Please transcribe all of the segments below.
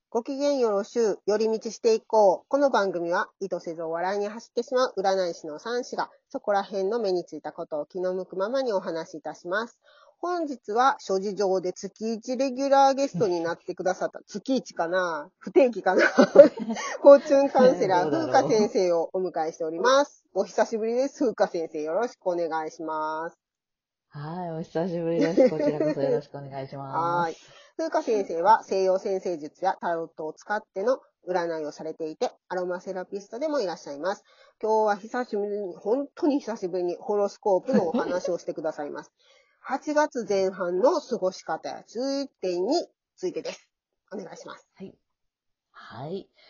ご機嫌よろしゅう、寄り道していこう。この番組は、意図せずお笑いに走ってしまう占い師の三子が、そこら辺の目についたことを気の向くままにお話しいたします。本日は諸事情で月1レギュラーゲストになってくださった、月1かな不定期かなフォーチュンカウンセラー、風花先生をお迎えしております。お久しぶりです。風花先生、よろしくお願いします。 はい、お久しぶりです。こちらこそよろしくお願いしまはい。 す。 風花先生は西洋占星術やタロットを使っての占いをされていて、アロマセラピストでもいらっしゃいます。今日は久しぶりに、本当に久しぶりにホロスコープのお話をしてくださいます。8月前半の過ごし方や注意点についてです。お願いします。 はい。はい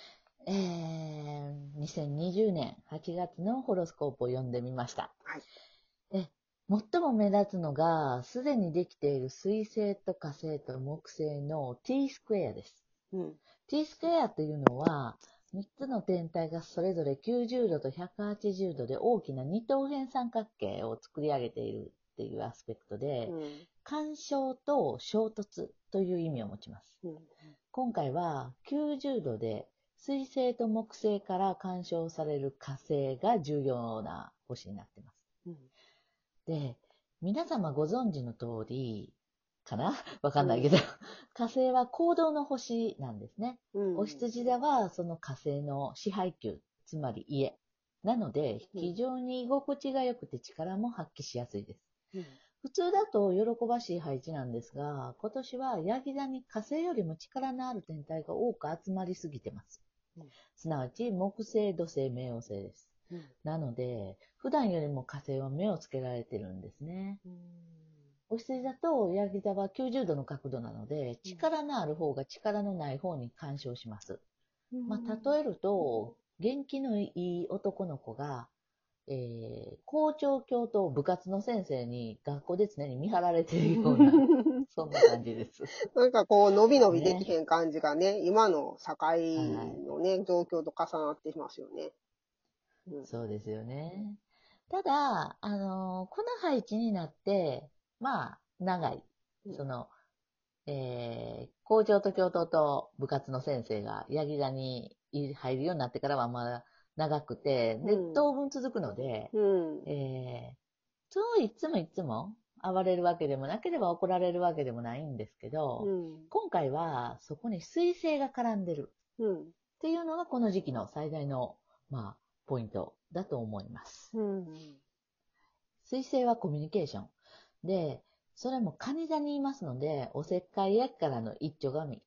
。2020年8月のホロスコープを読んでみました。 はい。 で、最も目立つのが、すでにできている水星と火星と木星の T スクエアです。T スクエアというのは、3つの天体がそれぞれ90度と180度で大きな二等辺三角形を作り上げているっていうアスペクトで、干渉と衝突という意味を持ちます。今回は90度で水星と木星から干渉される火星が重要な星になっています。で、皆様ご存知の通りかなわかんないけど、火星は行動の星なんですね。お羊座はその火星の支配宮、つまり家。なので、非常に居心地が良くて力も発揮しやすいです。普通だと喜ばしい配置なんですが、今年はヤギ座に火星よりも力のある天体が多く集まりすぎてます。すなわち木星、土星、冥王星です。なので、普段よりも火星は目をつけられてるんですね。お羊座とヤギ座は90度の角度なので、力のある方が力のない方に干渉します。例えると、元気のいい男の子が、校長教と部活の先生に学校で常に見張られているような、そんな感じです。 なんかこう、伸び伸びできへん感じがね、今の社会のね、状況と重なっていますよね。 そうですよね。ただ、この配置になって、長い。校長と教頭と部活の先生がヤギ座に入るようになってからはまだ長くて、で、当分続くので、そういつも暴れるわけでもなければ怒られるわけでもないんですけど、今回はそこに水星が絡んでるっていうのがこの時期の最大の、ポイントだと思います。水星はコミュニケーション。で、それも蟹座にいますので、おせっかいやからの一丁紙。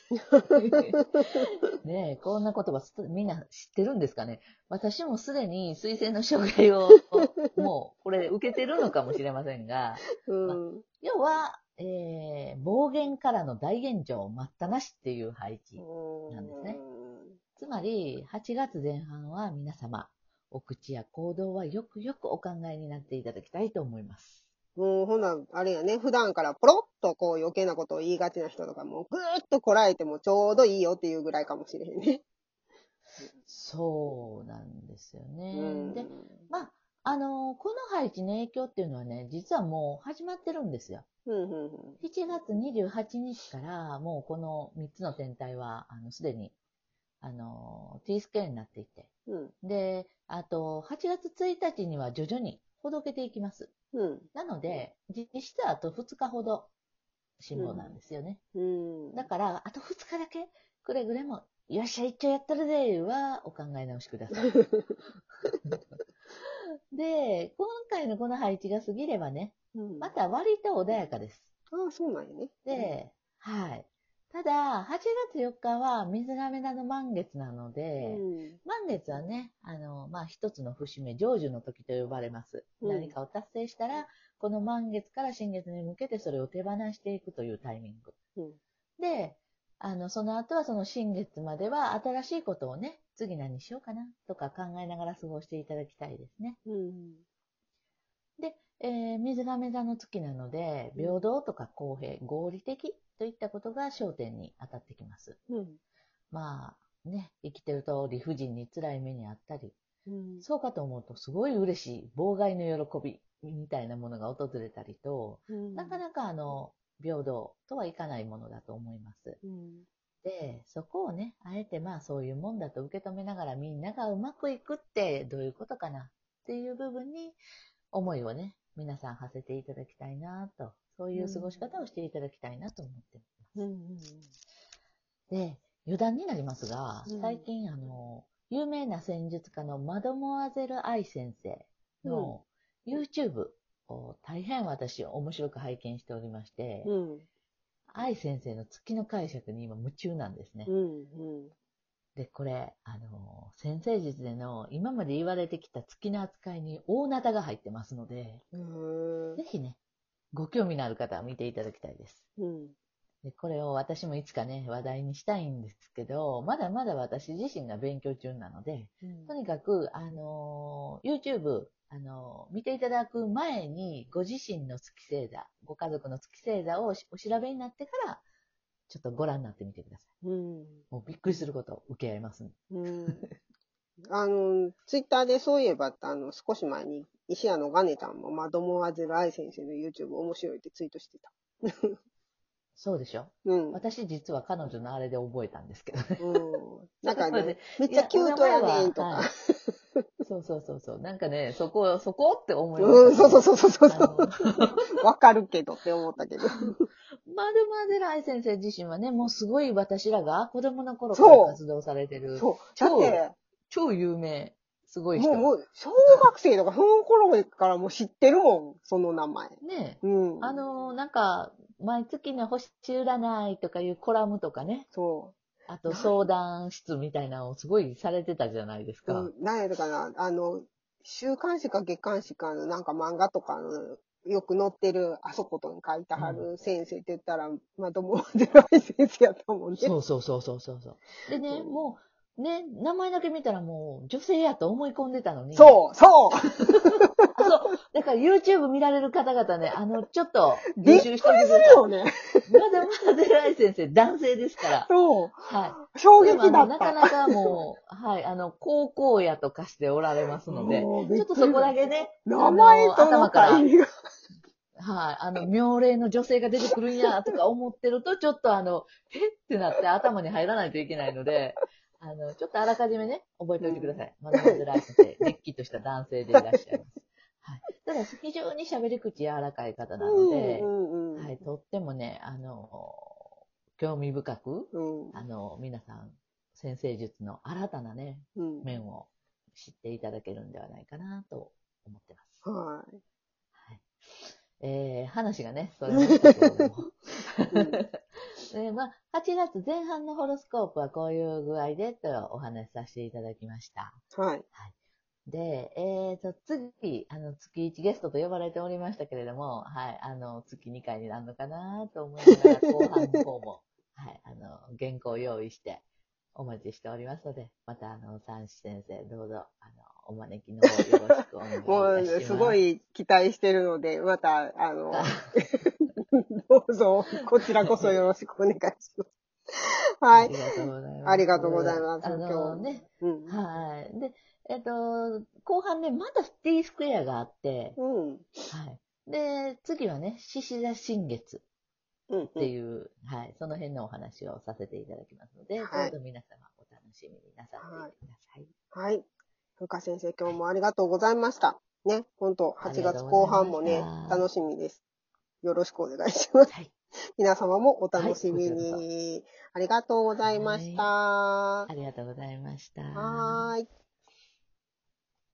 ねえ、こんな言葉みんな知ってるんですかね。私もすでに水星の障害をもうこれ受けてるのかもしれませんが、要は、暴言からの大現状待ったなしっていう配置なんですね。つまり、8月前半は皆様、お口や行動はよくよくお考えになっていただきたいと思います。 もうほな、あれやね、普段からポロッとこう余計なことを言いがちな人とかもぐーっとこらえてもちょうどいいよっていうぐらいかもしれへんね。 そうなんですよね。で、この配置の影響っていうのはね、実はもう始まってるんですよ。7月28日からもうこの3つの天体はすでにT スケールになっていて、で、あと8月1日には徐々にほどけていきます。なので、実質あと2日ほど辛抱なんですよね。だから、あと2日だけくれぐれも、よっしゃ、一丁やったるではお考え直しください。で、今回のこの配置が過ぎればね、また割と穏やかです。 ああ、そうなんやね。 で、はい。ただ、8月4日は水亀座の満月なので、満月はね、一つの節目、成就の時と呼ばれます。何かを達成したら、この満月から新月に向けてそれを手放していくというタイミング。で、その後はその新月までは新しいことをね、次何しようかなとか考えながら過ごしていただきたいですね。で、水亀座の月なので、平等とか公平、合理的といったことが焦点に当たってきます。生きてると理不尽に辛い目にあったり、そうかと思うとすごい嬉しい、妨害の喜びみたいなものが訪れたりと、なかなか平等とはいかないものだと思います。 で、そこをね、あえてまあそういうもんだと受け止めながらみんながうまくいくってどういうことかなっていう部分に思いをね、皆さん馳せていただきたいなと、そういう過ごし方をしていただきたいなと思ってます。で、余談になりますが、最近有名な戦術家のマドモアゼル・アイ先生の YouTube を大変私面白く拝見しておりまして、愛先生の月の解釈に今夢中なんですね。で、これ、先生術での今まで言われてきた月の扱いに大ナタが入ってますので、ぜひね、ご興味のある方は見ていただきたいです。でこれを私もいつかね、話題にしたいんですけど、まだまだ私自身が勉強中なので、とにかく、YouTube、見ていただく前に、ご自身の月星座、ご家族の月星座をお調べになってから、ちょっとご覧になってみてください。もうびっくりすることを受け合いますね。 ツイッターでそういえば、少し前に、石谷のガネちゃんも、マドモアゼル・アイ先生の YouTube 面白いってツイートしてた。 そうでしょ、私実は彼女のあれで覚えたんですけどね。 なんかね、めっちゃキュートやねんとか。 そう。なんかね、そこって思いました、ね。 そう。わかるけどって思ったけど。 マドモアゼル・アイ先生自身はね、もうすごい私らが子供の頃から活動されてる。超有名。すごい人。 もう、小学生とか、その頃からもう知ってるもん、その名前。 ねえ。なんか、毎月の星占いとかいうコラムとかね。あと相談室みたいなのをすごいされてたじゃないですか。 何やるかな、週刊誌か月刊誌かのなんか漫画とかよく載ってる、あそことに書いてはる先生って言ったら、マドモアゼル・アイ先生やったもんね。 そう。でね、もう、ね、名前だけ見たらもう女性やと思い込んでたのに。 そう。 だから YouTube 見られる方々ね、ちょっと予習してるよね。 まだまだゼライ先生、男性ですから。 そう。 はい。 衝撃だった。 なかなかもう、はい、高校やとかしておられますので、ちょっとそこだけね、 名前と頭から、はい、妙齢の女性が出てくるんやとか思ってると、ちょっとってなって頭に入らないといけないので、ちょっとあらかじめね、覚えておいてください。マドモアゼル・アイ先生、れっきとした男性でいらっしゃいます。はい。ただ、非常に喋り口柔らかい方なので、はい、とってもね、興味深く、皆さん、先生術の新たなね、面を知っていただけるんではないかなと思ってます。 はい。 話がね、それましたけれども。8月前半のホロスコープはこういう具合でとお話しさせていただきました。 はい。 で、次、月1ゲストと呼ばれておりましたけれども、はい、月2回になるのかなと思いながら、後半の方も、はい、原稿を用意してお待ちしておりますので、また、三枝先生、どうぞ、お招きの方よろしくお願いいたします。 もう、すごい期待してるので、また、どうぞ、こちらこそよろしくお願いします。はい。ありがとうございます。今日ね。はい。で、後半ね、また T スクエアがあって、はい。で、次はね、獅子座新月っていう、はい、その辺のお話をさせていただきますので、どうぞ皆様お楽しみになさっていてください。 はい。ふうか先生、今日もありがとうございました。ね、本当8月後半もね、楽しみです。よろしくお願いします。皆様もお楽しみに。ありがとうございました。 ありがとうございました。 はい。